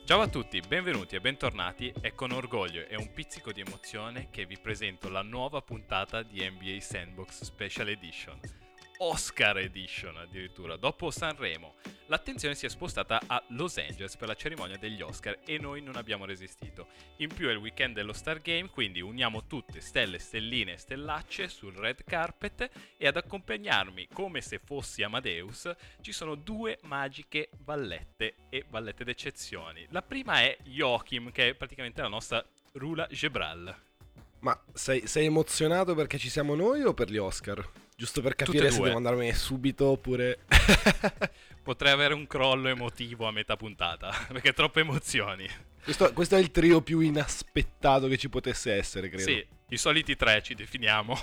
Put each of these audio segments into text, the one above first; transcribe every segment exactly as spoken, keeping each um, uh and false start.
Ciao a tutti, benvenuti e bentornati. È con orgoglio e un pizzico di emozione che vi presento la nuova puntata di N B A Sandbox Special Edition. Oscar Edition addirittura. Dopo Sanremo l'attenzione si è spostata a Los Angeles per la cerimonia degli Oscar e noi non abbiamo resistito. In più è il weekend dello Star Game, quindi uniamo tutte stelle, stelline e stellacce sul red carpet e ad accompagnarmi come se fossi Amadeus ci sono due magiche vallette e vallette d'eccezioni. La prima è Joachim, che è praticamente la nostra Rula Gebral. Ma sei, sei emozionato perché ci siamo noi o per gli Oscar? Giusto per capire se devo andarmene subito oppure... Potrei avere un crollo emotivo a metà puntata, perché troppe emozioni. Questo, questo è il trio più inaspettato che ci potesse essere, credo. Sì, i soliti tre ci definiamo.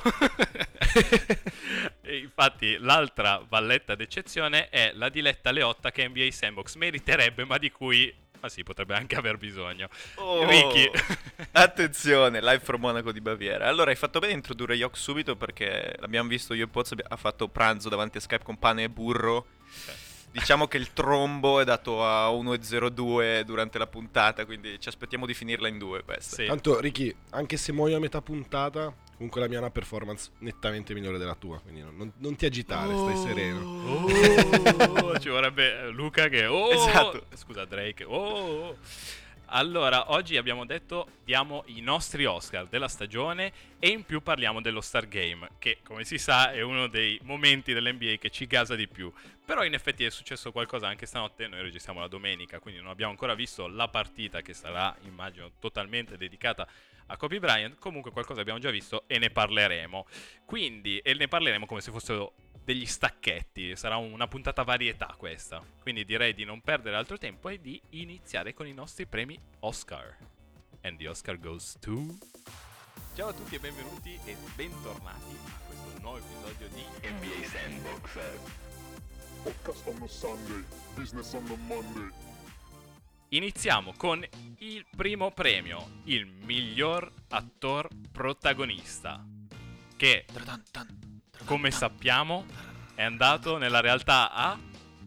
E infatti l'altra valletta d'eccezione è la diletta Leotta che N B A Sandbox meriterebbe, ma di cui... ma sì, potrebbe anche aver bisogno. Oh, Ricky. Attenzione, live from Monaco di Baviera. Allora, hai fatto bene a introdurre Yok subito perché l'abbiamo visto io e Poz, ha fatto pranzo davanti a Skype con pane e burro. Okay. Diciamo che il trombo è dato a uno virgola zero due durante la puntata, quindi ci aspettiamo di finirla in due questa. Sì. Tanto, Ricky, anche se muoio a metà puntata, comunque la mia è una performance nettamente migliore della tua, quindi non, non, non ti agitare, oh, stai sereno. Oh, ci vorrebbe Luca che... Oh, esatto. Scusa, Drake. Oh. Allora, oggi abbiamo detto diamo i nostri Oscar della stagione e in più parliamo dello Star Game, che come si sa è uno dei momenti dell'N B A che ci gasa di più. Però in effetti è successo qualcosa anche stanotte, noi registriamo la domenica, quindi non abbiamo ancora visto la partita che sarà, immagino, totalmente dedicata a Kobe Bryant. Comunque qualcosa abbiamo già visto e ne parleremo. Quindi, e ne parleremo come se fossero degli stacchetti, sarà una puntata varietà questa. Quindi direi di non perdere altro tempo e di iniziare con i nostri premi Oscar. And the Oscar goes to... Ciao a tutti e benvenuti e bentornati a questo nuovo episodio di N B A Sandbox. Podcast on a Sunday, business on a Monday. Iniziamo con il primo premio, il miglior attor protagonista, che, come sappiamo, è andato nella realtà a...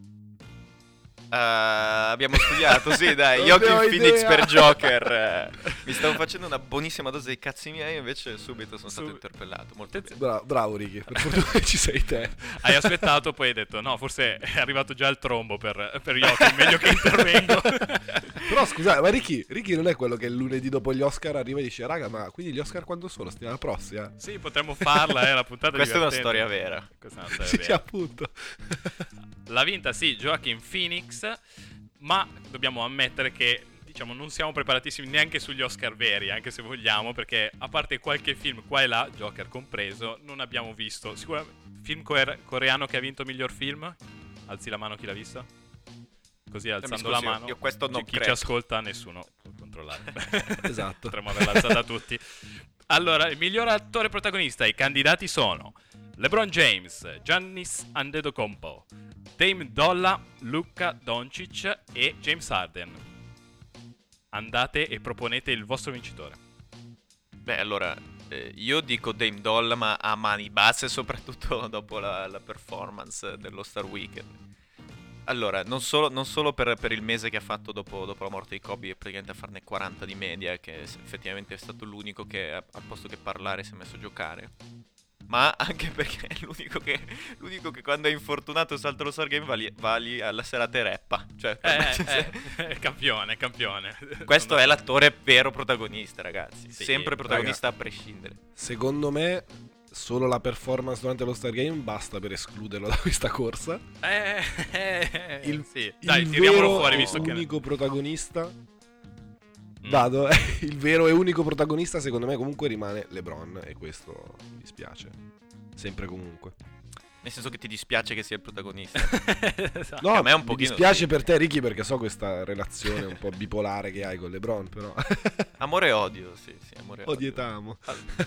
Uh, abbiamo studiato, sì, dai, Non Joaquin ne ho Phoenix idea. per Joker. Mi stavo facendo una buonissima dose di cazzi miei, invece subito sono stato Sub- interpellato. Molto bene. Bravo, bravo Ricky, per fortuna che ci sei te. Hai aspettato, poi hai detto no, forse è arrivato già il trombo per, per Joachim, meglio che intervengo. Però scusate, ma Ricky, Ricky non è quello che il lunedì dopo gli Oscar arriva e dice raga, ma quindi gli Oscar quando sono? Settimana prossima? Sì, potremmo farla, è la puntata Questa è una divertente. storia vera. Questa è una storia Sì, vera. appunto. L'ha vinta sì Joaquin Phoenix, ma dobbiamo ammettere che diciamo non siamo preparatissimi neanche sugli Oscar veri, anche se vogliamo, perché a parte qualche film qua e là, Joker compreso, non abbiamo visto sicuramente film core- coreano che ha vinto miglior film. Alzi la mano chi l'ha visto? Così alzando scusi, la io- mano. io questo non chi ci credo. ascolta nessuno può controllare. Esatto. Potremmo averla alzata tutti. Allora, il miglior attore protagonista, i candidati sono LeBron James, Giannis Antetokounmpo, Dame Dolla, Luka Doncic e James Harden. Andate e proponete il vostro vincitore. Beh, allora, eh, io dico Dame Dolla, ma a mani basse, soprattutto dopo la, la performance dello Star Weekend. Allora, non solo, non solo per, per il mese che ha fatto dopo, dopo la morte di Kobe, e praticamente a farne quaranta di media, che effettivamente è stato l'unico che, al posto che parlare, si è messo a giocare. Ma anche perché è l'unico che, l'unico che quando è infortunato salta lo Star Game va lì, va lì alla serata e rappa. Cioè, per me, Eh, eh, eh, campione, campione. questo Sono- è l'attore vero protagonista, ragazzi. Sì, Sempre protagonista raga. a prescindere. Secondo me solo la performance durante lo Star Game basta per escluderlo da questa corsa. Eh, eh, eh, Il, sì. Dai, il tiriamolo vero fuori e visto che... unico protagonista Mm. vado, il vero e unico protagonista secondo me comunque rimane LeBron e questo mi dispiace. Sempre comunque. Nel senso che ti dispiace che sia il protagonista. Esatto. No, a me è un mi pochino dispiace sì. per te Ricky perché so questa relazione un po' bipolare che hai con LeBron, però Amore e odio, sì, sì, amore e odio. odietamo.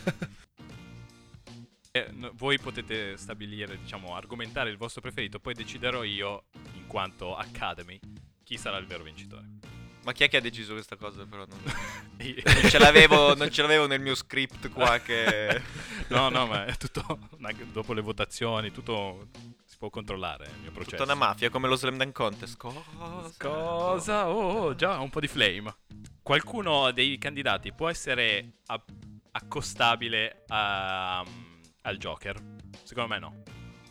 Eh, no, voi potete stabilire, diciamo, argomentare il vostro preferito, poi deciderò io, in quanto Academy, chi sarà il vero vincitore. Ma chi è che ha deciso questa cosa? Però non, Io- non ce l'avevo, non ce l'avevo nel mio script qua che... No, no, ma è tutto una- dopo le votazioni, tutto si si può controllare il mio processo. Tutta una mafia come lo Slam Dunk Contest. Cosa? Cosa? Oh, già, un po' di flame. Qualcuno dei candidati può essere a- accostabile a- al Joker? Secondo me no.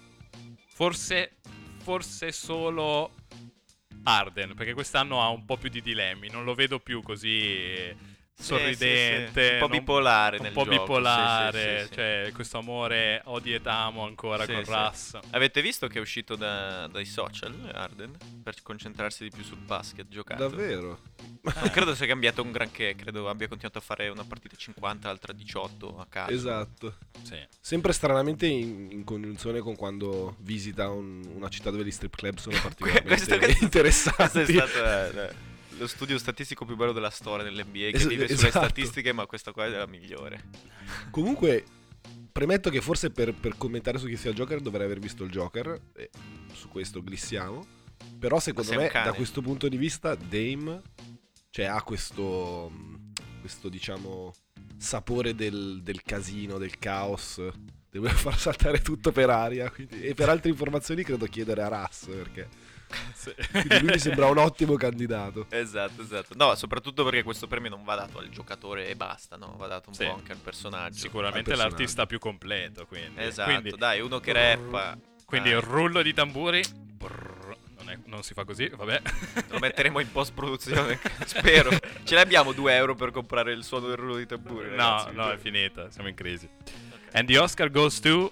Forse, forse solo Arden, perché quest'anno ha un po' più di dilemmi. Non lo vedo più così sorridente, sì, sì. Un po' non- bipolare un nel po' gioco, bipolare, sì, sì, sì, sì. cioè questo amore odi et amo ancora Sì, con sì. Russ. Avete visto che è uscito da- dai social Arden per concentrarsi di più sul basket giocato? Davvero? Non credo sia cambiato un granché, credo abbia continuato a fare una partita cinquanta, l'altra diciotto a caso. Esatto. Sì. Sempre stranamente in, in congiunzione con quando visita un- una città dove gli strip club sono particolarmente questo, questo- interessanti. questo è stato eh, eh, lo studio statistico più bello della storia dell'N B A, che Es- vive sulle esatto. statistiche, ma questa qua è la migliore. Comunque, premetto che forse per, per commentare su chi sia il Joker dovrei aver visto il Joker, e su questo glissiamo. Però secondo sei un me, cane. da questo punto di vista, Dame, cioè, ha questo, questo diciamo, sapore del, del casino, del caos, deve far saltare tutto per aria. Quindi, e per altre informazioni credo chiedere a Russ, perché Sì. quindi lui mi sembra un ottimo candidato. Esatto, esatto. No, soprattutto perché questo premio non va dato al giocatore e basta, no? Va dato un Sì. po' anche al personaggio. Sicuramente Al personaggio. l'artista più completo, quindi. Esatto, Quindi, dai, uno che rappa. quindi dai. il rullo di tamburi. Brrr, non, è- non si fa così, vabbè. Lo metteremo in post produzione, spero. Ce ne abbiamo due euro per comprare il suono del rullo di tamburi, No, ragazzi. no, è finita, siamo in crisi. And the Oscar goes to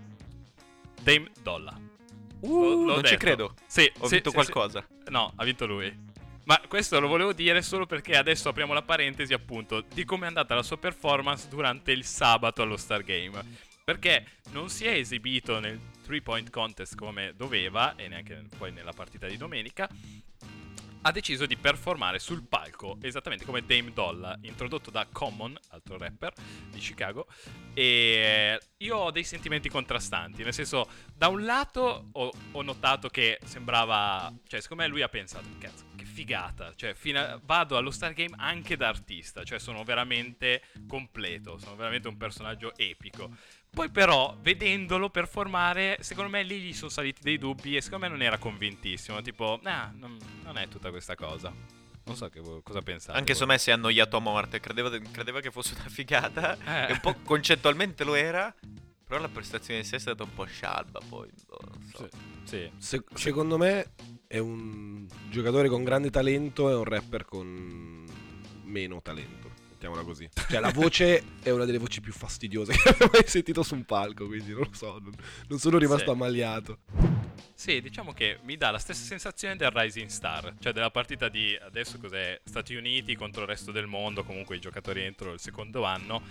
Dame Dolla. Uh, L'ho non ci detto. credo. Sì, Ho sì, vinto sì, qualcosa. sì. No, ha vinto lui. Ma questo lo volevo dire solo perché adesso apriamo la parentesi, appunto, di come è andata la sua performance durante il sabato allo Star Game. Perché non si è esibito nel three point contest come doveva, e neanche poi nella partita di domenica. Ha deciso di performare sul palco esattamente come Dame Dolla, introdotto da Common, altro rapper di Chicago. E io ho dei sentimenti contrastanti, nel senso, da un lato ho, ho notato che sembrava, cioè secondo me lui ha pensato, cazzo, che figata, cioè fino a- vado allo Star Game anche da artista, cioè sono veramente completo, sono veramente un personaggio epico. Poi però, vedendolo performare, secondo me lì gli sono saliti dei dubbi e secondo me non era convintissimo, tipo, ah, non, non è tutta questa cosa. Non so che, vo- cosa pensate. Anche voi. secondo me si è annoiato a morte. Credeva, credeva che fosse una figata. Eh. E un po' concettualmente lo era. Però la prestazione in sé è stata un po' scialba. Poi boh, non so. Sì. Se- secondo me è un giocatore con grande talento e un rapper con meno talento, mettiamola così. Cioè la voce è una delle voci più fastidiose che abbia mai sentito su un palco, quindi non lo so, non, non sono rimasto Sì. ammaliato. Sì, diciamo che mi dà la stessa sensazione del Rising Star, cioè della partita di adesso cos'è Stati Uniti contro il resto del mondo, comunque i giocatori entro il secondo anno.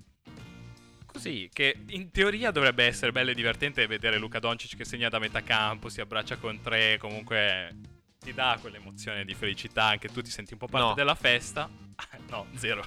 Così, che in teoria dovrebbe essere bello e divertente vedere Luka Doncic che segna da metà campo, si abbraccia con tre, comunque ti dà quell'emozione di felicità, anche tu ti senti un po' parte No. della festa. No, zero.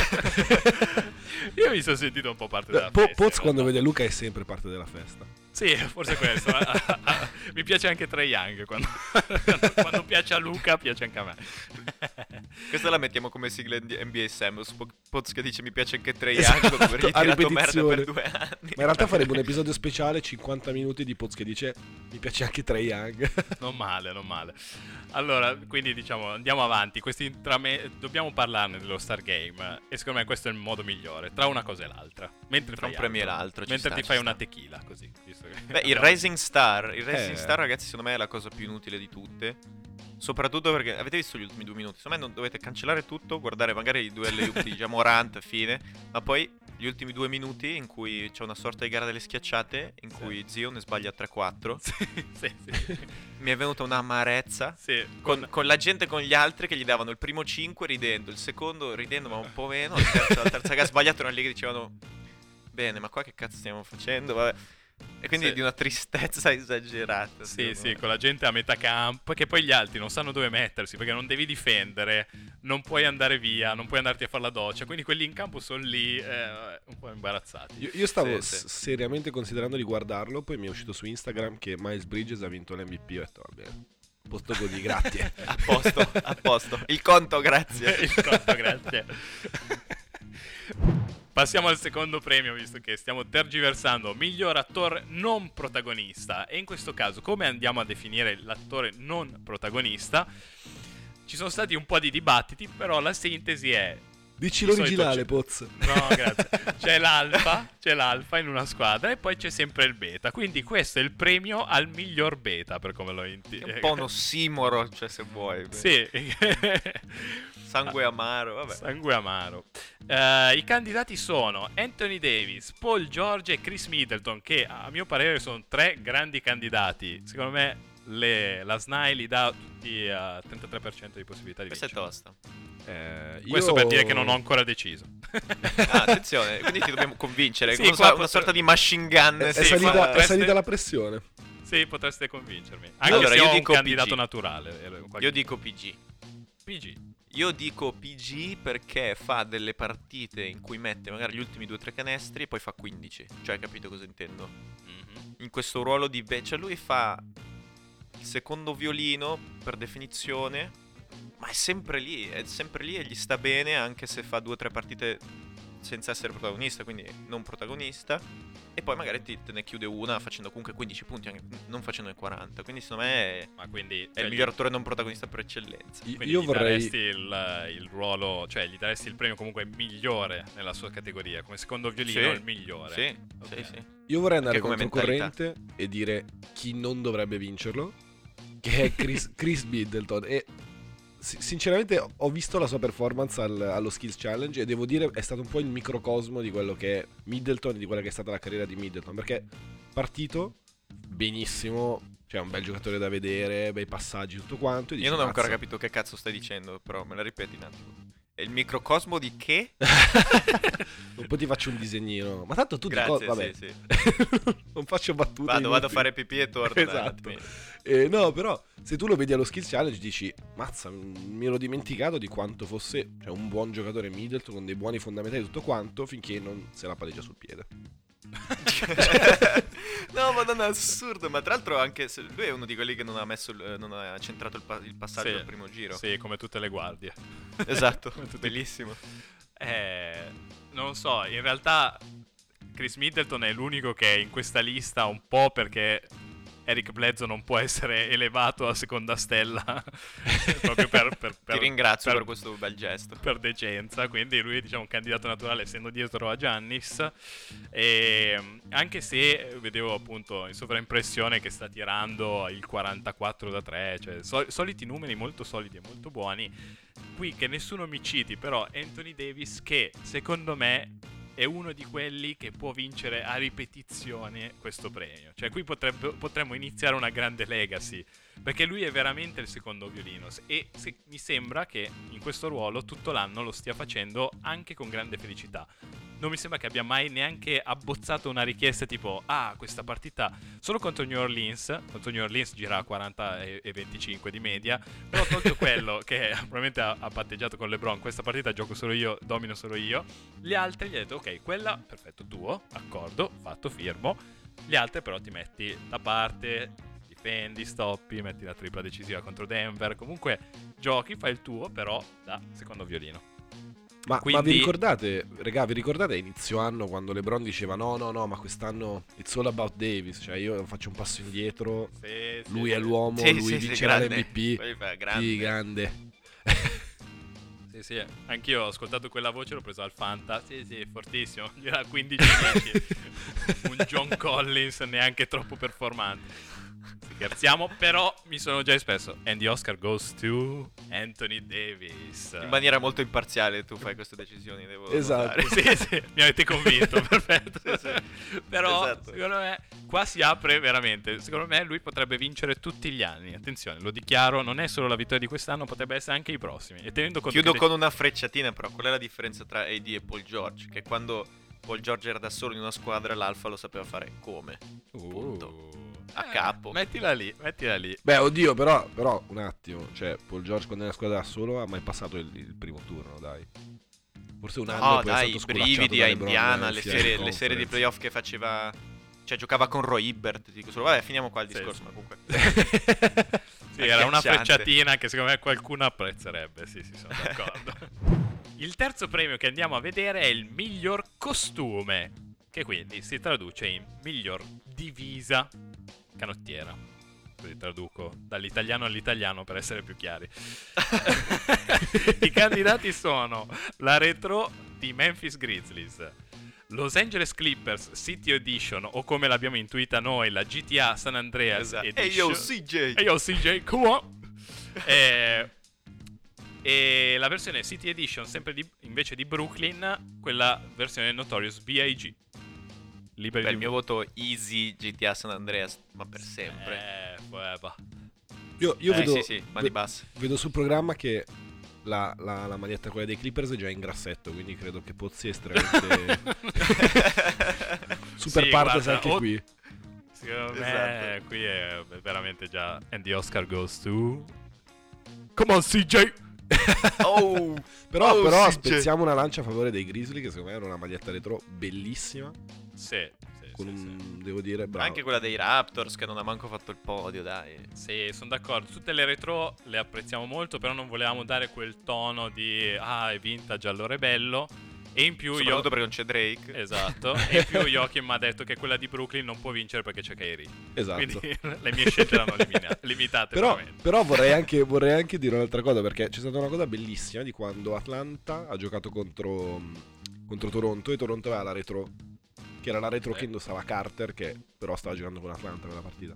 Io mi sono sentito un po' parte della Po- festa. Poz in quando realtà. vede Luca è sempre parte della festa. Sì, forse questo. ma- Mi piace anche Trae Young. Quando, quando, quando piace a Luca, piace anche a me. Questa la mettiamo come sigla di N B A Samus. Poz che dice mi piace anche Trae Esatto, Young dopo avergli a tirato merda ripetizione. per due anni. Ma in realtà faremo un episodio speciale cinquanta minuti di Poz che dice mi piace anche Trae Young. Non male, non male. Allora, quindi diciamo, andiamo avanti. Questi intrame- dobbiamo parlarne dello Star Game. E secondo me questo è il modo migliore, tra una cosa e l'altra. Mentre Tra fai un premio e altro. l'altro, ci Mentre sta, ti ci fai sta. una tequila, così. visto che Beh, il abbiamo- Rising Star, il Rising Eh. Star, ragazzi, secondo me è la cosa più inutile di tutte. Soprattutto perché avete visto gli ultimi due minuti. Secondo me non dovete cancellare tutto, guardare magari i due alley di diciamo Morant, fine. Ma poi gli ultimi due minuti in cui c'è una sorta di gara delle schiacciate, in Sì. cui Zio ne sbaglia tre quattro. Sì, sì, sì. Mi è venuta un'amarezza. Sì, Con, con la gente, con gli altri che gli davano il primo cinque ridendo, il secondo ridendo ma un po' meno, il terzo, la terza che ha sbagliato erano lì che dicevano bene, ma qua che cazzo stiamo facendo? Vabbè. E quindi Sì. di una tristezza esagerata. Sì, secondo sì, me. con la gente a metà campo, perché poi gli altri non sanno dove mettersi, perché non devi difendere, non puoi andare via, non puoi andarti a fare la doccia, quindi quelli in campo sono lì eh, un po' imbarazzati. Io, io stavo Sì, sì. s- seriamente considerando di guardarlo, poi mi è uscito su Instagram che Miles Bridges ha vinto l'M V P. Ho detto, va bene, posto così, grazie. A posto, a posto. Il conto, grazie. Il conto, grazie. passiamo al secondo premio, visto che stiamo tergiversando. Miglior attore non protagonista. E in questo caso, come andiamo a definire l'attore non protagonista? Ci sono stati un po' di dibattiti, però la sintesi è... Dici di solito l'originale, c'è- Poz. No, grazie. C'è l'alfa, c'è l'alfa in una squadra e poi c'è sempre il beta. Quindi questo è il premio al miglior beta, per come lo inti. È un po' un ossimoro, cioè se vuoi. Sì. Sangue amaro, vabbè. Sangue amaro. Eh, I candidati sono Anthony Davis, Paul George e Chris Middleton, che a mio parere sono tre grandi candidati. Secondo me le- la S N A I li dà tutti a trentatré per cento di possibilità di Questa è vincere. tosta. Eh, Questo io- per dire che non ho ancora deciso. Ah, attenzione, quindi ti dobbiamo convincere. Sì, Come qua una, potre- sorta di machine gun. È, sì, salita, qua è potreste- salita la pressione. Sì, potreste convincermi. Anche Allora, se io ho dico un candidato P G. naturale. eh, qualche- Io dico P G. P G. Io dico P G perché fa delle partite in cui mette magari gli ultimi due o tre canestri e poi fa quindici. Cioè, capito cosa intendo? Mhm. In questo ruolo di... be- Cioè, lui fa il secondo violino, per definizione, ma è sempre lì, è sempre lì e gli sta bene anche se fa due o tre partite senza essere protagonista, quindi non protagonista. E poi magari ti, te ne chiude una facendo comunque quindici punti, anche, non facendone quaranta. Quindi secondo me è, Ma quindi è cioè, il gli- miglior attore non protagonista per eccellenza. Io- quindi Io gli vorrei. daresti il, il ruolo, cioè gli daresti il premio comunque migliore nella sua categoria, come secondo violino Sì, il migliore. Sì, Ok. sì, sì. Io vorrei andare Anche come controcorrente e dire chi non dovrebbe vincerlo, che è Chris, Chris Middleton. E si- sinceramente ho visto la sua performance al- allo Skills Challenge e devo dire è stato un po' il microcosmo di quello che è Middleton e di quella che è stata la carriera di Middleton, perché partito benissimo, cioè un bel giocatore da vedere, bei passaggi, tutto quanto. E dici, Io non ho ancora "Mazza". capito che cazzo stai dicendo, però me la ripeti un attimo. È il microcosmo di che? Poi ti faccio un disegnino. Ma tanto tu Grazie, dico, vabbè. sì, sì. Non faccio battute. Vado, vado a inutili. fare pipì e torno. dai, Esatto. un attimo. Eh, no, però se tu lo vedi allo Skills Challenge dici, mazza, mi ero dimenticato di quanto fosse, cioè, un buon giocatore Middleton con dei buoni fondamentali e tutto quanto, finché non se la palleggia sul piede. No, ma non è assurdo. Ma tra l'altro anche se lui è uno di quelli che non ha messo il- non ha centrato il, pa- il passaggio Sì. al primo giro. Sì, come tutte le guardie. Esatto, Come tutte- bellissimo. Eh, non so, in realtà Chris Middleton è l'unico che è in questa lista un po' perché Eric Bledsoe non può essere elevato a seconda stella proprio per, per, per Ti ringrazio per, per questo bel gesto. per decenza, quindi lui è diciamo un candidato naturale essendo dietro a Giannis. E anche se vedevo appunto in sovraimpressione che sta tirando il quarantaquattro da tre, cioè sol- soliti numeri molto solidi e molto buoni. Qui che nessuno mi citi però Anthony Davis, che secondo me è uno di quelli che può vincere a ripetizione questo premio. Cioè qui potrebbe, potremmo iniziare una grande legacy, perché lui è veramente il secondo violino e se, mi sembra che in questo ruolo tutto l'anno lo stia facendo anche con grande felicità. Non mi sembra che abbia mai neanche abbozzato una richiesta tipo ah, questa partita solo contro New Orleans, contro New Orleans gira a quaranta e venticinque di media, però tolto quello che probabilmente ha, ha patteggiato con LeBron, questa partita gioco solo io, domino solo io, gli altri gli ha detto ok, quella perfetto, tuo, accordo, fatto, firmo, gli altri però ti metti da parte, difendi, stoppi, metti la tripla decisiva contro Denver, comunque giochi, fai il tuo però da secondo violino. Ma, Quindi- ma vi ricordate, regà, vi ricordate a inizio anno quando LeBron diceva no, no, no, ma quest'anno it's all about Davis, cioè io faccio un passo indietro, Sì, sì, lui sì. è l'uomo, Sì, lui sì, sì, vincerà grande. l'M V P. Poi fa grande. Sì, grande. Sì, sì, anch'io ho ascoltato quella voce, l'ho preso al Fanta. Sì, sì, fortissimo. Gli era quindici dieci. Un John Collins neanche troppo performante. Scherziamo, però mi sono già espresso. And the Oscar goes to Anthony Davis. In maniera molto imparziale tu fai queste decisioni, devo Esatto. notare. Sì, sì, mi avete convinto, perfetto. Sì, sì. Però, Esatto. secondo me, qua si apre veramente. Secondo me lui potrebbe vincere tutti gli anni. Attenzione, lo dichiaro, non è solo la vittoria di quest'anno, potrebbe essere anche i prossimi. E tenendo conto Chiudo che con una frecciatina, però qual è la differenza tra A D e Paul George? Che quando Paul George era da solo in una squadra, l'Alfa lo sapeva fare come? Punto. A Eh, capo. Mettila lì, mettila lì. Beh, oddio, però, però un attimo, cioè Paul George quando è nella squadra da solo ha mai passato il, il primo turno, dai. Forse un anno No, e poi dai, è i stato brividi sculacciato a da LeBron Indiana, nel le finale serie, di le serie di conference. playoff che faceva. Cioè, giocava con Roy Hibbert. ti Dico solo, vabbè, finiamo qua il Sì, discorso. sì. Ma comunque. Sì, era una Agghiacciante. frecciatina che secondo me qualcuno apprezzerebbe. Sì, sì, sono d'accordo. Il terzo premio che andiamo a vedere è il miglior costume, che quindi si traduce in miglior divisa canottiera. Così traduco dall'italiano all'italiano per essere più chiari. I candidati sono la retro di Memphis Grizzlies, Los Angeles Clippers City Edition, o come l'abbiamo intuita noi, la G T A San Andreas Esatto. Edition. Ehi yo C J. Ehi yo C J, come on! e, e la versione City Edition, sempre di, invece di Brooklyn, quella versione Notorious B I G. Liberi Beh, di il mio voto easy G T A San Andreas, ma per sempre. Eh, forever. Io, io Eh, vedo, sì, sì, mani ve- basse. vedo sul programma che la, la, la maglietta, quella dei Clippers, è già in grassetto, quindi credo che Pozzi è estremamente super Sì, partes guarda, anche o- qui. Secondo me Esatto. qui è veramente già. And the Oscar goes to. Come on, C J! Oh, Però, oh, però sì, spezziamo una lancia a favore dei Grizzly, che secondo me era una maglietta retro bellissima. Sì, sì, Con sì, un, devo dire, bravo. anche quella dei Raptors che non ha manco fatto il podio, dai. sì. Sì, sono d'accordo. Tutte le retro le apprezziamo molto, però non volevamo dare quel tono di ah, è vintage, allora è bello. E in più io. Soprattutto perché non c'è Drake. Esatto. E in più Joachim mi ha detto che quella di Brooklyn non può vincere perché c'è Kyrie. Esatto. Quindi le mie scelte erano limina- limitate. Però, veramente. però vorrei, anche, vorrei anche dire un'altra cosa, perché c'è stata una cosa bellissima di quando Atlanta ha giocato contro, contro Toronto, e Toronto aveva la retro, che era la retro Eh. che indossava Carter, che però stava giocando con Atlanta quella partita.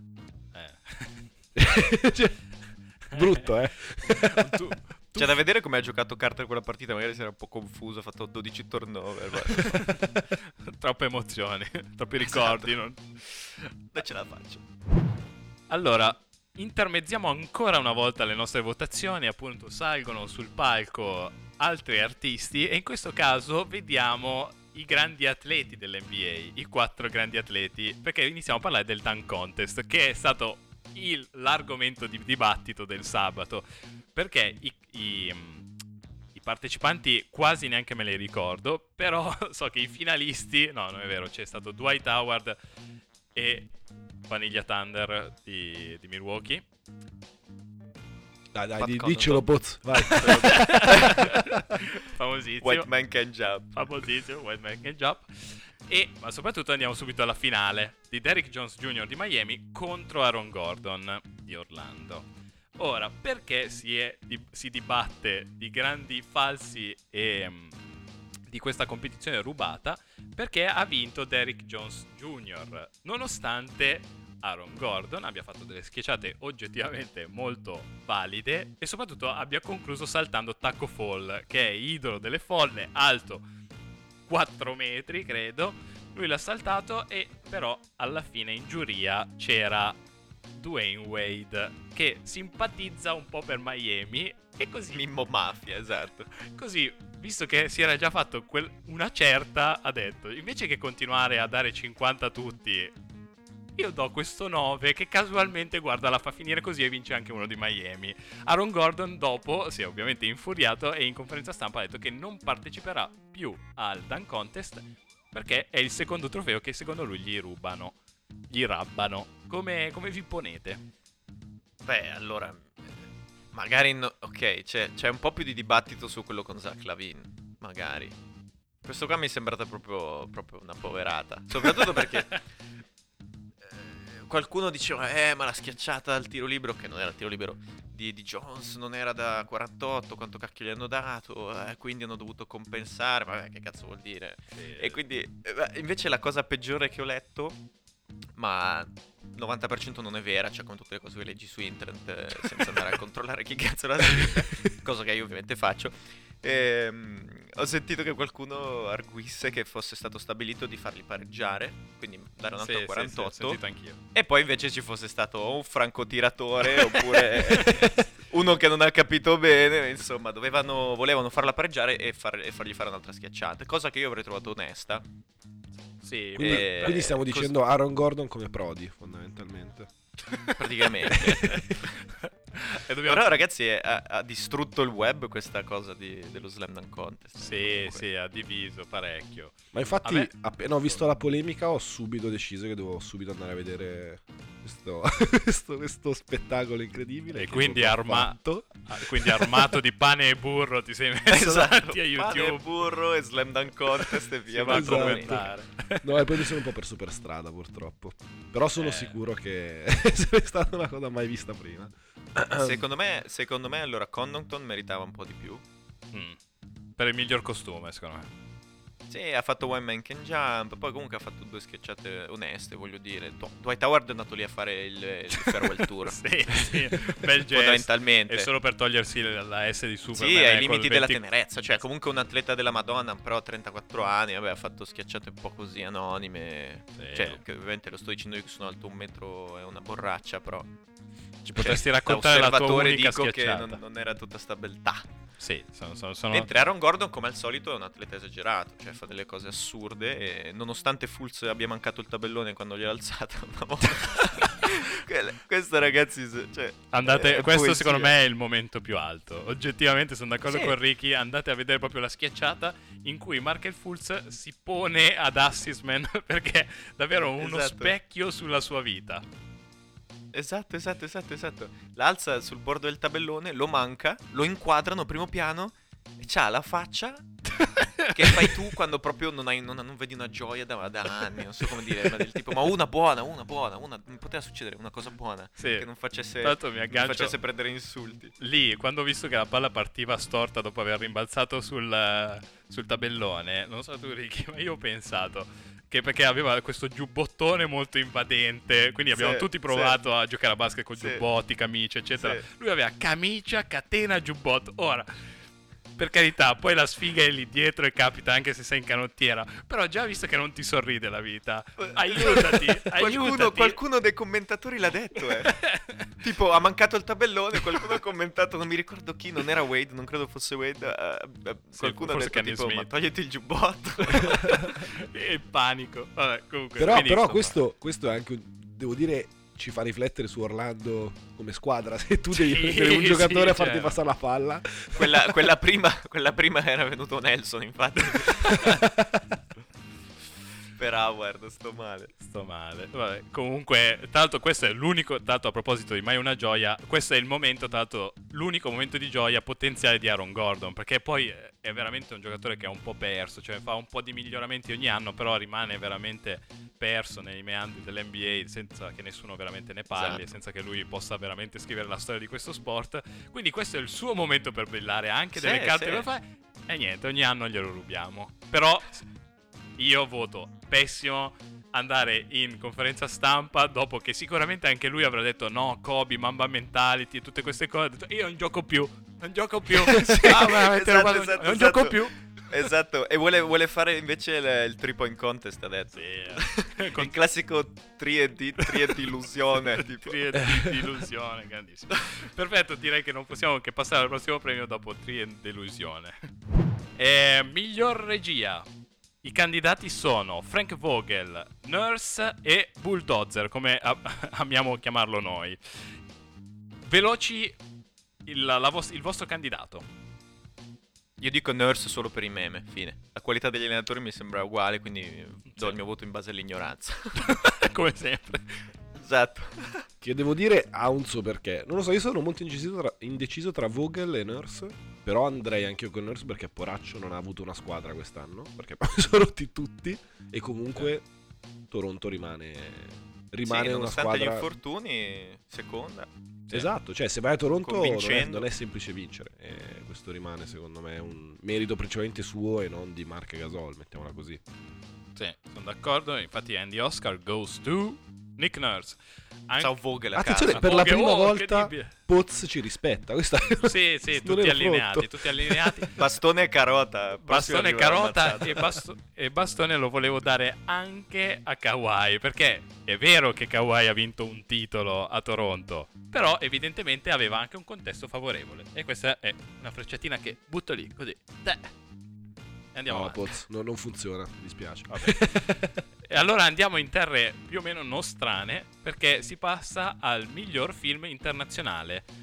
Eh. Cioè, brutto, eh. tu, tu C'è da vedere come ha giocato Carter quella partita, magari si era un po' confuso, ha fatto dodici turnover. ma- Troppe emozioni, troppi ricordi. non- Dai, ce la faccio. Allora, intermezziamo ancora una volta le nostre votazioni. Appunto, salgono sul palco altri artisti, e in questo caso vediamo i grandi atleti dell'N B A, i quattro grandi atleti, perché iniziamo a parlare del dunk contest, che è stato il, l'argomento di dibattito del sabato, perché i, i, i partecipanti quasi neanche me li ricordo, però so che i finalisti, no, non è vero, c'è stato Dwight Howard e Vaniglia Thunder di, di Milwaukee. Dai, dai, Pat di- Connaughton. diccelo, Poz, vai. Famosissimo. White man can jump. famosissimo White Man Can Jump. E ma soprattutto andiamo subito alla finale di Derrick Jones Junior di Miami contro Aaron Gordon di Orlando. Ora, perché si, è, di, si dibatte di grandi falsi e um, di questa competizione rubata? Perché ha vinto Derrick Jones Junior, nonostante Aaron Gordon abbia fatto delle schiacciate oggettivamente molto valide e soprattutto abbia concluso saltando Taco Fall, che è idolo delle folle, alto quattro metri credo. Lui l'ha saltato, e però alla fine in giuria c'era Dwayne Wade, che simpatizza un po' per Miami, e così Mimmo Mafia, esatto. Così, visto che si era già fatto quel- una certa, ha detto, invece che continuare a dare cinquanta a tutti, io do questo nove che casualmente, guarda, la fa finire così e vince anche uno di Miami. Aaron Gordon dopo si è ovviamente infuriato e in conferenza stampa ha detto che non parteciperà più al dunk contest perché è il secondo trofeo che secondo lui gli rubano, gli rabbano. Come, come vi ponete? Beh, allora, magari no- ok, c'è, c'è un po' più di dibattito su quello con Zach Lavin, magari. Questo qua mi è sembrata proprio, proprio una poverata, soprattutto perché eh, qualcuno diceva, eh, ma la schiacciata al tiro libero, che non era il tiro libero di, di Jones, non era da quarantotto, quanto cacchio gli hanno dato, eh, quindi hanno dovuto compensare, vabbè, che cazzo vuol dire? E quindi, eh, beh, invece la cosa peggiore che ho letto, ma novanta per cento non è vera, cioè come tutte le cose che leggi su internet eh, senza andare a controllare chi cazzo l'ha scritta, cosa che io ovviamente faccio. Ehm, ho sentito che qualcuno arguisse che fosse stato stabilito di farli pareggiare, quindi dare un altro Sì, sì, sì, ho quarantotto, sentito anch'io. e poi invece ci fosse stato o un francotiratore oppure uno che non ha capito bene, insomma, dovevano, volevano farla pareggiare e, far- e fargli fare un'altra schiacciata, cosa che io avrei trovato onesta. Sì, Quindi, Eh, quindi stiamo cos- dicendo Aaron Gordon come Prodi, fondamentalmente. Praticamente. E dobbiamo... Però ragazzi è- ha, ha distrutto il web questa cosa di- dello Slam Dunk Contest. Sì, Comunque. sì, ha diviso parecchio. Ma infatti, A me- appena ho visto la polemica, ho subito deciso che dovevo subito andare a vedere questo, questo, questo spettacolo incredibile. E che quindi, non ho arma- fatto. ah, quindi armato di pane e burro ti sei messo Esatto, davanti a pane, YouTube. burro e Slam Dunk Contest e via Si va a per Esatto. commentare. No, e poi mi sono un po' perso per strada, purtroppo. Però sono Eh. sicuro che è stata una cosa mai vista prima. Secondo me, secondo me allora Connaughton meritava un po' di più. Mm. Per il miglior costume, secondo me. Sì, ha fatto One Man Can Jump, poi comunque ha fatto due schiacciate oneste, voglio dire. Dw- Dwight Howard è andato lì a fare il, il farewell tour. Sì, sì, bel gesto. Fondamentalmente. È solo per togliersi la la S di Superman. Sì, ai eh, limiti col della venti tenerezza, cioè comunque un atleta della Madonna, però a trentaquattro anni, vabbè, ha fatto schiacciate un po' così anonime. Sì. Cioè, che ovviamente lo sto dicendo io che sono alto un metro e una borraccia, però Ci potresti cioè, raccontare da la tua osservatore unica dico che schiacciata. non, non era tutta sta beltà. Sì, sono, sono, sono... Mentre Aaron Gordon, come al solito, è un atleta esagerato, cioè fa delle cose assurde e nonostante Fultz abbia mancato il tabellone quando gliel'ha alzata una volta. Quella- Questo ragazzi, se- cioè, Andate, è questo poesia. secondo me è il momento più alto. Oggettivamente sono d'accordo Sì. con Ricky. Andate a vedere proprio la schiacciata in cui Markel Fultz si pone ad Assisman perché è davvero uno Esatto. specchio sulla sua vita. Esatto, esatto, esatto, esatto. L'alza sul bordo del tabellone, lo manca, lo inquadrano primo piano e c'ha la faccia che fai tu quando proprio non, hai, non, non vedi una gioia da, da anni, non so come dire, ma del tipo, ma una buona, una buona, una, non poteva succedere una cosa buona Sì. che non facesse, Tanto mi non aggancio facesse prendere insulti. lì, quando ho visto che la palla partiva storta dopo aver rimbalzato sul, sul tabellone, non so tu Ricky, ma io ho pensato che perché aveva questo giubbottone molto invadente, quindi abbiamo Sì, tutti provato a giocare a basket con Sì. giubbotti, camicie, eccetera. Sì. Lui aveva camicia, catena, giubbotto. Ora, per carità, poi la sfiga è lì dietro e capita anche se sei in canottiera. Però già visto che non ti sorride la vita, aiutati, Qualcuno, aiutati. qualcuno dei commentatori l'ha detto, eh. Tipo, ha mancato il tabellone, qualcuno ha commentato, non mi ricordo chi, non era Wade, non credo fosse Wade. eh, eh, Sì, qualcuno ha forse detto Kenny tipo, Smith. ma togliti il giubbotto. E il panico. Vabbè, comunque, Però, quindi, però insomma, questo, questo è anche, un- devo dire, ci fa riflettere su Orlando come squadra. Se tu devi Sì, prendere un giocatore sì, a farti certo. passare la palla. quella, quella prima, quella prima era venuto Nelson, infatti. Per Howard, sto male. Sto male. Vabbè, comunque, tra l'altro questo è l'unico, tra l'altro a proposito di mai una gioia, questo è il momento, tra l'altro, l'unico momento di gioia potenziale di Aaron Gordon, perché poi eh, è veramente un giocatore che è un po' perso, cioè fa un po' di miglioramenti ogni anno, però rimane veramente perso nei meandri dell'N B A senza che nessuno veramente ne parli, Esatto. senza che lui possa veramente scrivere la storia di questo sport. Quindi questo è il suo momento per brillare, anche Sì, delle carte sì. per fare. E niente, ogni anno glielo rubiamo. Però io voto pessimo andare in conferenza stampa dopo che sicuramente anche lui avrà detto no, Kobe, Mamba Mentality e tutte queste cose. Ha detto, io non gioco più, non gioco più. Sì, Ah, veramente, esatto, non, esatto, non esatto. gioco più. Esatto, e vuole, vuole fare invece il, il three point contest, ha detto. Sì, eh, con Il classico tre D, tre D illusione, tipo. Tri di illusione, grandissimo. Perfetto, direi che non possiamo che passare al prossimo premio dopo Tri di illusione. Eh, miglior regia. I candidati sono Frank Vogel, Nurse e Bulldozer, come a- amiamo chiamarlo noi. Veloci il, la vos- il vostro candidato. Io dico Nurse solo per i meme, fine. La qualità degli allenatori mi sembra uguale, quindi do Sì. il mio voto in base all'ignoranza. Come sempre. Esatto. Che devo dire ha un suo perché. Non lo so, io sono molto indeciso tra, indeciso tra Vogel e Nurse. Però andrei anche io con Nurse perché Poraccio non ha avuto una squadra quest'anno. Perché poi si sono rotti tutti. E comunque Toronto rimane, rimane Sì, una nonostante squadra. gli infortuni, seconda. Sì. Esatto, cioè se vai a Toronto non è, Convincendo. non è semplice vincere. E questo rimane secondo me un merito principalmente suo e non di Marc Gasol, mettiamola così. Sì, sono d'accordo. Infatti Andy Oscar goes to Nick Nurse. An- Ciao Vogel a Attenzione, casa. per la Vogel, prima oh, volta incredibile. Poz ci rispetta. Questa è- Sì, sì, non tutti ero allineati, pronto. tutti allineati. Bastone e carota. prossimo Bastone e arrivo carota ammazzato. e, basto- e bastone lo volevo dare anche a Kawhi, perché è vero che Kawhi ha vinto un titolo a Toronto, però evidentemente aveva anche un contesto favorevole, e questa è una frecciatina che butto lì, così. Deh. E andiamo No, avanti. Poz, no, non funziona, mi dispiace. E allora andiamo in terre più o meno nostrane, perché si passa al miglior film internazionale.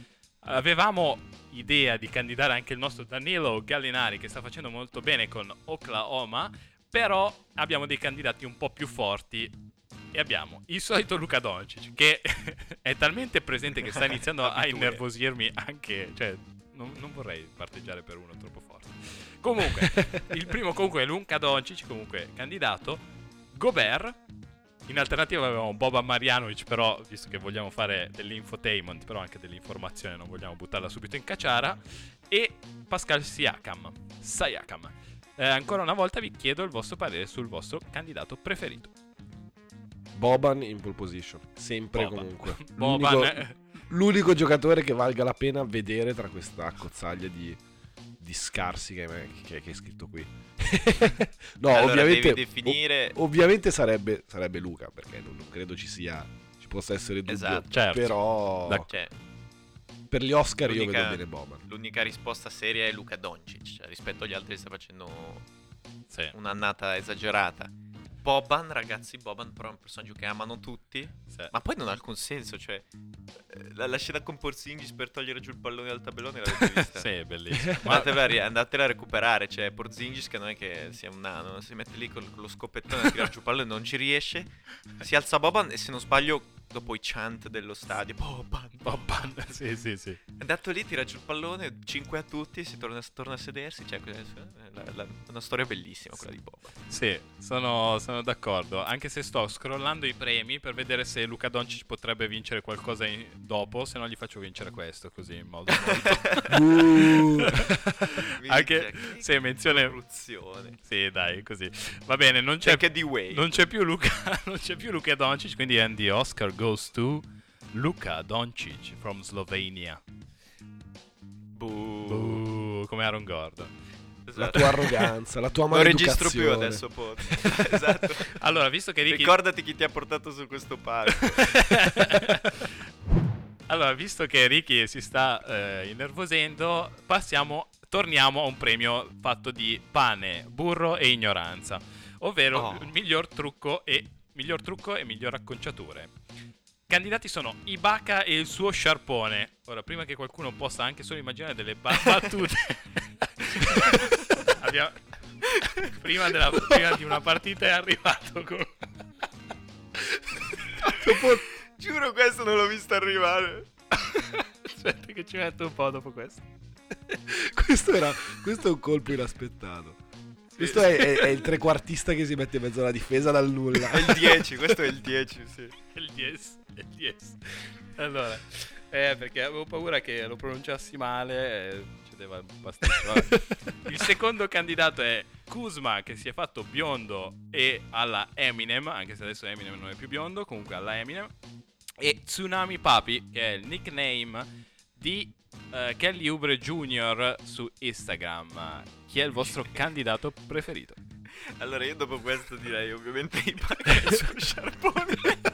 avevamo idea di candidare anche il nostro Danilo Gallinari, che sta facendo molto bene con Oklahoma, però abbiamo dei candidati un po' più forti e abbiamo il solito Luka Doncic, che è talmente presente che sta iniziando a innervosirmi anche, cioè non, non vorrei parteggiare per uno troppo forte. Comunque il primo comunque è Luka Doncic, comunque candidato. Gobert. In alternativa avevamo Boban Marjanovic, però visto che vogliamo fare dell'infotainment, però anche dell'informazione, non vogliamo buttarla subito in cacciara. E Pascal Siakam. Siakam. Eh, ancora una volta vi chiedo il vostro parere sul vostro candidato preferito. Boban in pole position, sempre Boban. comunque. Boban. L'unico, l'unico giocatore che valga la pena vedere tra questa accozzaglia di, di scarsi che, che, che è scritto qui. No, allora, ovviamente, devi definire... ov- ovviamente sarebbe, sarebbe Luka, perché non, non credo ci sia, ci possa essere dubbio. Esatto. Certo. Però Da- Cioè, per gli Oscar io L'unica- vedo bene Boban. l'unica risposta seria è Luka Doncic. Cioè, rispetto agli altri sta facendo Sì. un'annata esagerata. Boban, ragazzi, Boban però è un personaggio che amano tutti. Sì. Ma poi non ha alcun senso, cioè eh, la, la scena con Porzingis per togliere giù il pallone dal tabellone l'avete vista? Sì, è bellissimo. Ma Andatela, a ri- andatela a recuperare, cioè Porzingis che non è che sia un nano, si mette lì con, con lo scopettone a tirare giù il pallone, non ci riesce, si alza Boban e se non sbaglio dopo i chant dello stadio, Boban, Boban, sì, sì, sì. è andato lì, tira giù il pallone, cinque a tutti, si torna, torna a sedersi, cioè que- la- la- è una storia bellissima quella di Boban. Sì, sono, sono d'accordo. Anche se sto scrollando i premi per vedere se Luka Doncic potrebbe vincere qualcosa in- dopo, se no gli faccio vincere questo, così in modo molto... Uh. Anche se menzione... corruzione. Sì, dai, così. Va bene, non C'è c'è, anche D-Way. non c'è più Luka, non c'è più Luka Doncic, quindi and the Oscar goes to Luka Doncic from Slovenia. Buh. Uh, come Aaron Gordon. La Esatto. tua arroganza, la tua Non registro più maleducazione. adesso pod. Esatto. Allora, visto che Ricky... Ricordati chi ti ha portato su questo palco. Allora, visto che Ricky si sta eh, innervosendo, passiamo, torniamo a un premio fatto di pane, burro e ignoranza, ovvero Oh. il miglior trucco e miglior trucco e miglior acconciature. Candidati sono Ibaka e il suo sciarpone. Ora, prima che qualcuno possa anche solo immaginare delle ba- battute, abbiamo... prima, della... prima di una partita è arrivato con... Giuro questo non l'ho visto arrivare. Aspetta che ci metto un po' dopo questo. Questo, era, questo è un colpo inaspettato. Questo è, è- è il trequartista che si mette in mezzo alla difesa dal nulla. È il dieci, questo è il dieci, sì. È il dieci, è il dieci. Allora, eh, perché avevo paura che lo pronunciassi male e cedeva un pasticcio. Vabbè. Il secondo candidato è Kuzma, che si è fatto biondo e alla Eminem, anche se adesso Eminem non è più biondo, comunque alla Eminem. E Tsunami Papi, che è il nickname di eh, Kelly Oubre Junior su Instagram. Chi è il vostro candidato preferito? Allora io dopo questo direi ovviamente Ibaka e il suo sciarpone.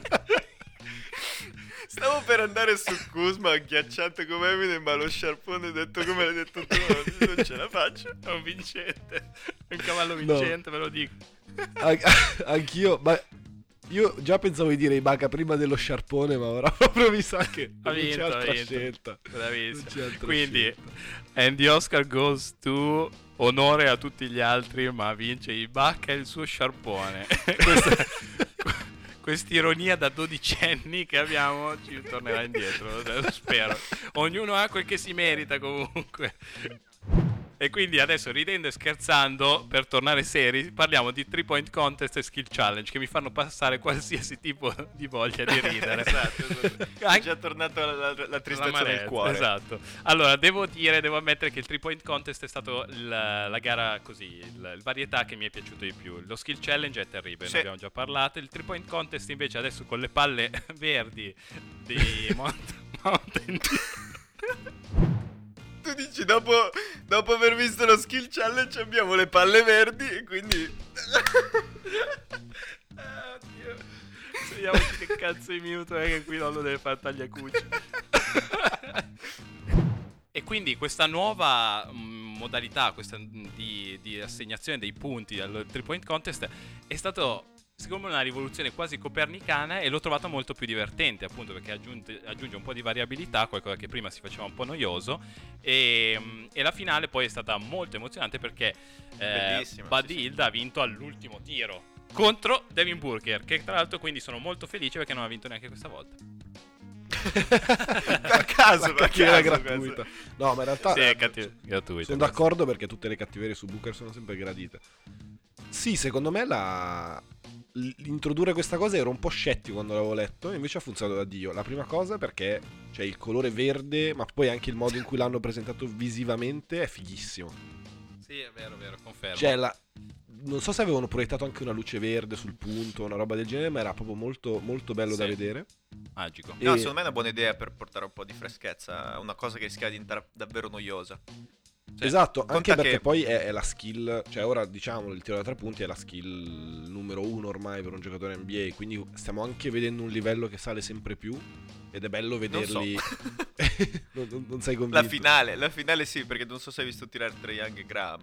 Stavo per andare su Kuzma agghiacciato come Eminem, ma lo sciarpone detto come l'hai detto tu non ce la faccio. È un vincente, è un cavallo No. vincente, ve lo dico. An- anch'io, ma io già pensavo di dire Ibaka prima dello sciarpone, ma ora proprio mi sa che Ha non c'è vinto, ha altra vinto. scelta. Bravissimo. Non c'è altra Quindi, scelta. and the Oscar goes to onore a tutti gli altri, ma vince Ibaka e il suo sciarpone. Questa, quest'ironia da dodicenni che abbiamo ci tornerà indietro, lo spero. Ognuno ha quel che si merita comunque. E quindi adesso, ridendo e scherzando, per tornare seri, parliamo di three point contest e skill challenge, che mi fanno passare qualsiasi tipo di voglia di ridere. Esatto, esatto. È Anche- già tornata la, la, la tristezza nel L'amarezza, cuore. Esatto. Allora, devo dire, devo ammettere che il three point contest è stato il- la gara così, il, il varietà che mi è piaciuto di più. Lo skill challenge è terribile, Sì. ne abbiamo già parlato. Il three point contest invece adesso con le palle verdi di Mount- Mountain Dew. Tu dici dopo, dopo aver visto lo skill challenge abbiamo le palle verdi e quindi... Ah, oddio. Vediamoci che cazzo di minuto è che qui non lo deve fare tagliacucci. E quindi questa nuova mh, modalità questa, mh, di, di assegnazione dei punti al three point contest è stato secondo me è una rivoluzione quasi copernicana e l'ho trovata molto più divertente, appunto perché aggiunge, aggiunge un po' di variabilità, qualcosa che prima si faceva un po' noioso, e, e la finale poi è stata molto emozionante perché eh, Buddy sì, Hield ha vinto all'ultimo tiro contro Devin Booker, che tra l'altro quindi sono molto felice perché non ha vinto neanche questa volta. Per caso, la per cattiveria caso, gratuita. questo. No, ma in realtà Sì, è cattivo, gratuito. sono d'accordo perché tutte le cattiverie su Booker sono sempre gradite. Sì, secondo me la... l'introdurre questa cosa ero un po' scettico quando l'avevo letto, invece ha funzionato da Dio. La prima cosa perché c'è il colore verde, ma poi anche il modo in cui l'hanno presentato visivamente è fighissimo. Sì, è vero, vero, confermo. Cioè, la... non so se avevano proiettato anche una luce verde sul punto, una roba del genere, ma era proprio molto, molto bello Sì. da vedere. Magico. No, E- secondo me è una buona idea per portare un po' di freschezza, una cosa che rischia di diventare davvero noiosa. Sì. Esatto, Conta anche perché che- poi è, è la skill, cioè ora diciamo il tiro da tre punti è la skill numero uno ormai per un giocatore N B A, quindi stiamo anche vedendo un livello che sale sempre più ed è bello Non so. vederli. non, non- non sei convinto? La finale, la finale sì, perché non so se hai visto tirare Trae Young e Graham.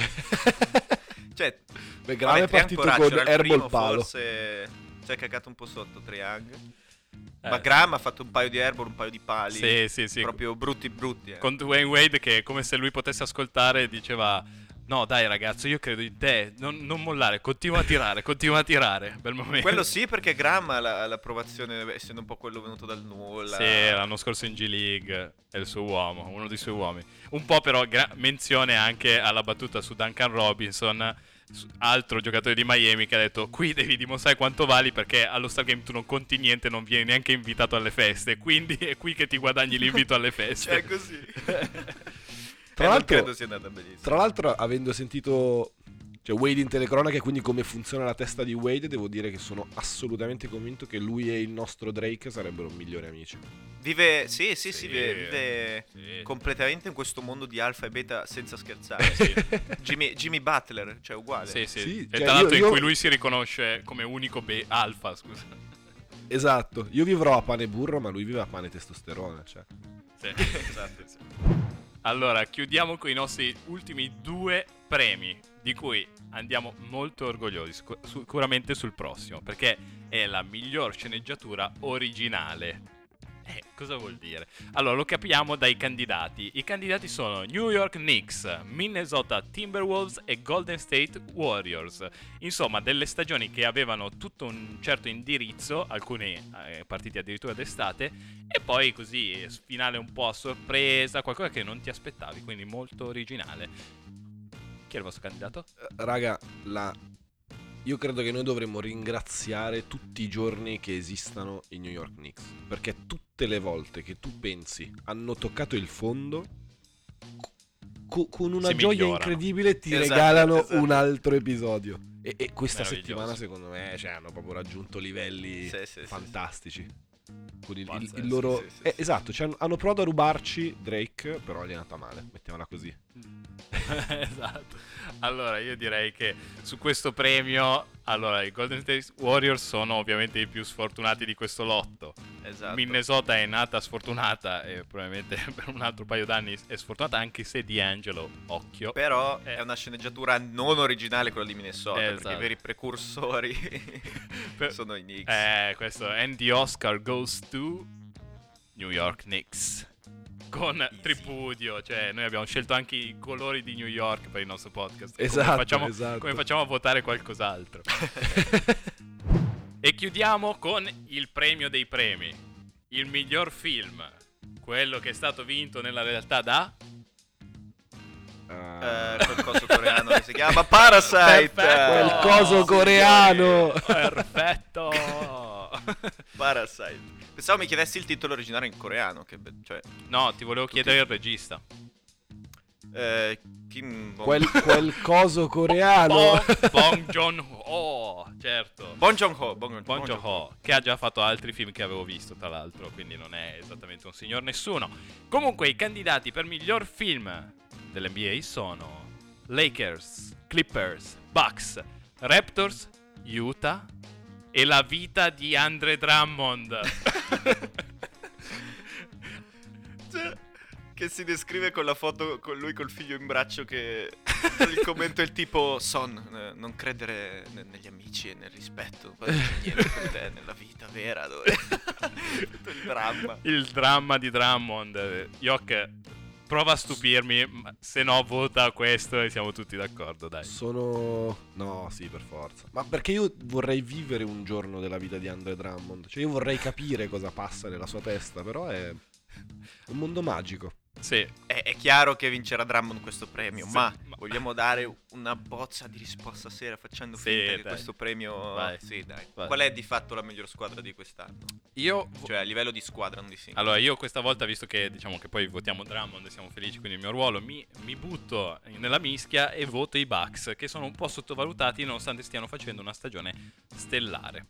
Cioè, Beh, Graham è vabbè, Trae Young partito poraccio, con era il airball primo, palo. forse ci è cagato un po' sotto Trae Young. Eh, Ma Graham ha fatto un paio di airball, un paio di pali. Sì, sì, sì. Proprio brutti brutti. Eh. Con Dwayne Wade che come se lui potesse ascoltare diceva: no dai ragazzo, io credo in te, non, non mollare, continua a tirare, continua a tirare. Bel momento. Quello sì, perché Graham ha la- l'approvazione, essendo un po' quello venuto dal nulla. Sì, l'anno scorso in G League è il suo uomo, uno dei suoi uomini. Un po' però gra- menzione anche alla battuta su Duncan Robinson, su- altro giocatore di Miami, che ha detto: qui devi dimostrare quanto vali perché allo Star Game tu non conti niente, non vieni neanche invitato alle feste, quindi è qui che ti guadagni l'invito alle feste. Cioè, così. Tra Eh, non l'altro- credo sia andata benissimo. Tra l'altro, avendo sentito cioè Wade in telecronaca e quindi come funziona la testa di Wade, devo dire che sono assolutamente convinto che lui e il nostro Drake sarebbero migliori amici. Vive, sì, sì, sì, Sì, vive, vive sì. completamente in questo mondo di alfa e beta senza scherzare. Jimmy, Jimmy Butler, cioè uguale. Sì, sì. Sì, e cioè, tra l'altro io- in io- cui lui si riconosce come unico be- alfa, scusa. Esatto, io vivrò a pane e burro, ma lui vive a pane e testosterone, cioè. Sì, esatto, sì. Allora, chiudiamo con i nostri ultimi due premi, di cui andiamo molto orgogliosi, sicu- sicuramente sul prossimo, perché è la miglior sceneggiatura originale. Eh, cosa vuol dire? Allora, lo capiamo dai candidati. I candidati sono New York Knicks, Minnesota Timberwolves e Golden State Warriors. Insomma, delle stagioni che avevano tutto un certo indirizzo, alcuni eh, partiti addirittura d'estate, e poi così, finale un po' a sorpresa, qualcosa che non ti aspettavi, quindi molto originale. Chi è il vostro candidato? Eh, Raga, la... io credo che noi dovremmo ringraziare tutti i giorni che esistano i New York Knicks, perché tutte le volte che tu pensi hanno toccato il fondo, co- con una Si gioia migliorano. incredibile ti Esatto, regalano esatto. un altro episodio. E, e questa Meraviglioso. settimana secondo me cioè, hanno proprio raggiunto livelli Sì, sì, sì, fantastici. Con il, il- il Pazzesco, loro... sì, sì, eh, sì. esatto, cioè, hanno- hanno provato a rubarci Drake, però gli è andata male, mettiamola così. Esatto. Allora, io direi che su questo premio, allora, i Golden State Warriors sono ovviamente i più sfortunati di questo lotto. Esatto. Minnesota è nata sfortunata e probabilmente per un altro paio d'anni è sfortunata, anche se D'Angelo, occhio. Però Eh. è una sceneggiatura non originale quella di Minnesota, Esatto. perché i veri precursori Per- sono i Knicks. Eh, questo and the Oscar goes to New York Knicks. Con Easy. tripudio, cioè noi abbiamo scelto anche i colori di New York per il nostro podcast. Come Esatto, facciamo, esatto. come facciamo a votare qualcos'altro? E chiudiamo con il premio dei premi, il miglior film, quello che è stato vinto nella realtà da... Ah, Eh, quel coso coreano che si chiama Parasite. Perfetto! Quel coso coreano! Perfetto! Parasite. Pensavo mi chiedessi il titolo originale in coreano, che be- cioè No, ti volevo chiedere il regista. eh, Kim Bong quel, quel coso coreano. Bong, Bong Joon-ho, certo. Bon Joon-ho, Bong, Bong Joon-ho, che ha già fatto altri film che avevo visto, tra l'altro, quindi non è esattamente un signor nessuno. Comunque, i candidati per miglior film dell'N B A sono Lakers, Clippers, Bucks, Raptors, Utah e La vita di Andre Drummond. che si descrive con la foto con lui col figlio in braccio che il commento è il tipo Son, eh, non credere ne- negli amici e nel rispetto, poi non c'è niente per te nella vita vera dove... tutto il dramma. Il dramma di Drummond. Yok, prova a stupirmi, ma se no vota questo e siamo tutti d'accordo, dai. Sono... No, sì, per forza. Ma perché io vorrei vivere un giorno della vita di Andre Drummond. Cioè io vorrei capire cosa passa nella sua testa, però è un mondo magico. Sì. È, è chiaro che vincerà Drummond questo premio, Sì, ma, ma- vogliamo dare una bozza di risposta sera facendo Sì, finta che dai. questo premio... Vai. Sì, dai. Vai. Qual è di fatto la miglior squadra di quest'anno? Io Cioè a livello di squadra, non di singolo. Allora, io questa volta, visto che diciamo che poi votiamo Drummond e siamo felici, quindi il mio ruolo, mi, mi butto nella mischia e voto i Bucks, che sono un po' sottovalutati nonostante stiano facendo una stagione stellare.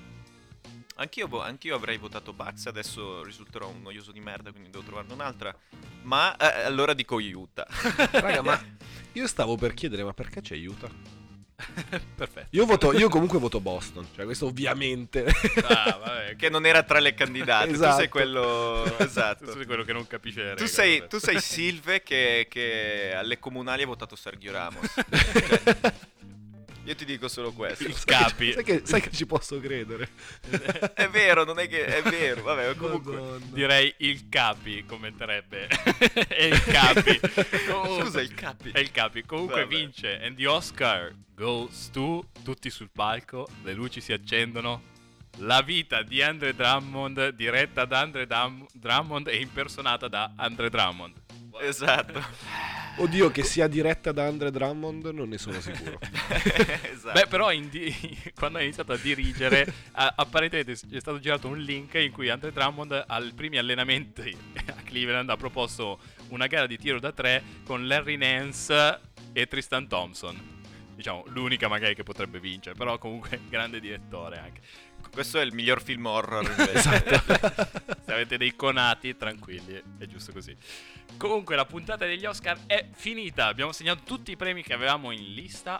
Anch'io, boh, anch'io avrei votato Bucks, adesso risulterò un noioso di merda, quindi devo trovarne un'altra. Ma eh, allora dico Utah. Raga, ma io stavo per chiedere, ma perché c'è Utah? Perfetto. Io voto, io comunque voto Boston, cioè questo ovviamente. Ah, vabbè, Che non era tra le candidate. Tu Esatto. sei quello... Esatto. tu sei quello che non capisce le Tu regole, sei, vabbè. tu sei Silve che, che alle comunali ha votato Sergio Ramos. Cioè, io ti dico solo questo. Il capi. Sai che, sai che ci posso credere? È vero, non è che è vero. Vabbè, comunque. Madonna. Direi il capi, commenterebbe. È il capi. Comunque- Scusa, il capi. È il capi. Comunque Vabbè. vince. And the Oscar goes to... Tutti sul palco, le luci si accendono. La vita di Andre Drummond, diretta da Andre Dam- Drummond e impersonata da Andre Drummond. Esatto. Oddio, che sia diretta da Andre Drummond non ne sono sicuro. Esatto. Beh, però in di- quando ha iniziato a dirigere, a- apparentemente è stato girato un link in cui Andre Drummond ai primi allenamenti a Cleveland ha proposto una gara di tiro da tre con Larry Nance e Tristan Thompson. Diciamo, l'unica magari che potrebbe vincere, però comunque grande direttore anche. Questo è il miglior film horror invece. Esatto. Se avete dei conati, tranquilli, è giusto così. Comunque la puntata degli Oscar è finita. Abbiamo segnato tutti i premi che avevamo in lista.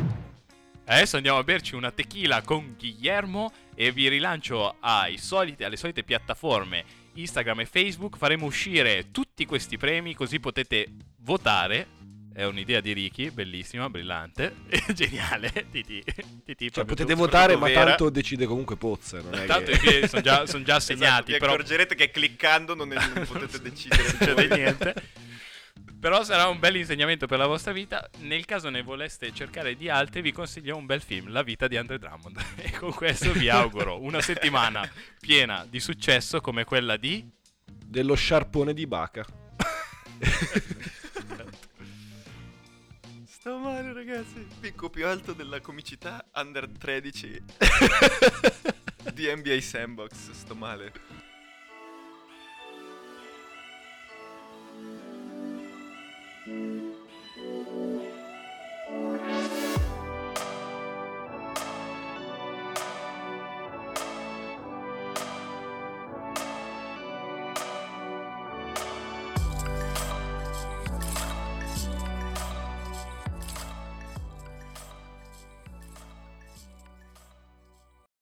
Adesso andiamo a berci una tequila con Guillermo e vi rilancio ai soliti, alle solite piattaforme Instagram e Facebook. Faremo uscire tutti questi premi così potete votare. È un'idea di Ricky, bellissima, brillante, geniale. Titi, Titi, Cioè, proprio potete tu. votare, ma vera. tanto decide comunque Pozze. Non è Tanto che... i piedi sono già, son già Esatto, segnati, vi però accorgerete che cliccando non, è- non potete decidere. non succede niente. Però sarà un bel insegnamento per la vostra vita. Nel caso ne voleste cercare di altri, vi consiglio un bel film, La vita di Andre Drummond. E con questo vi auguro una settimana piena di successo come quella di... Dello sciarpone di Baca. Sto male, ragazzi. Picco più alto della comicità under tredici di N B A Sandbox. Sto male.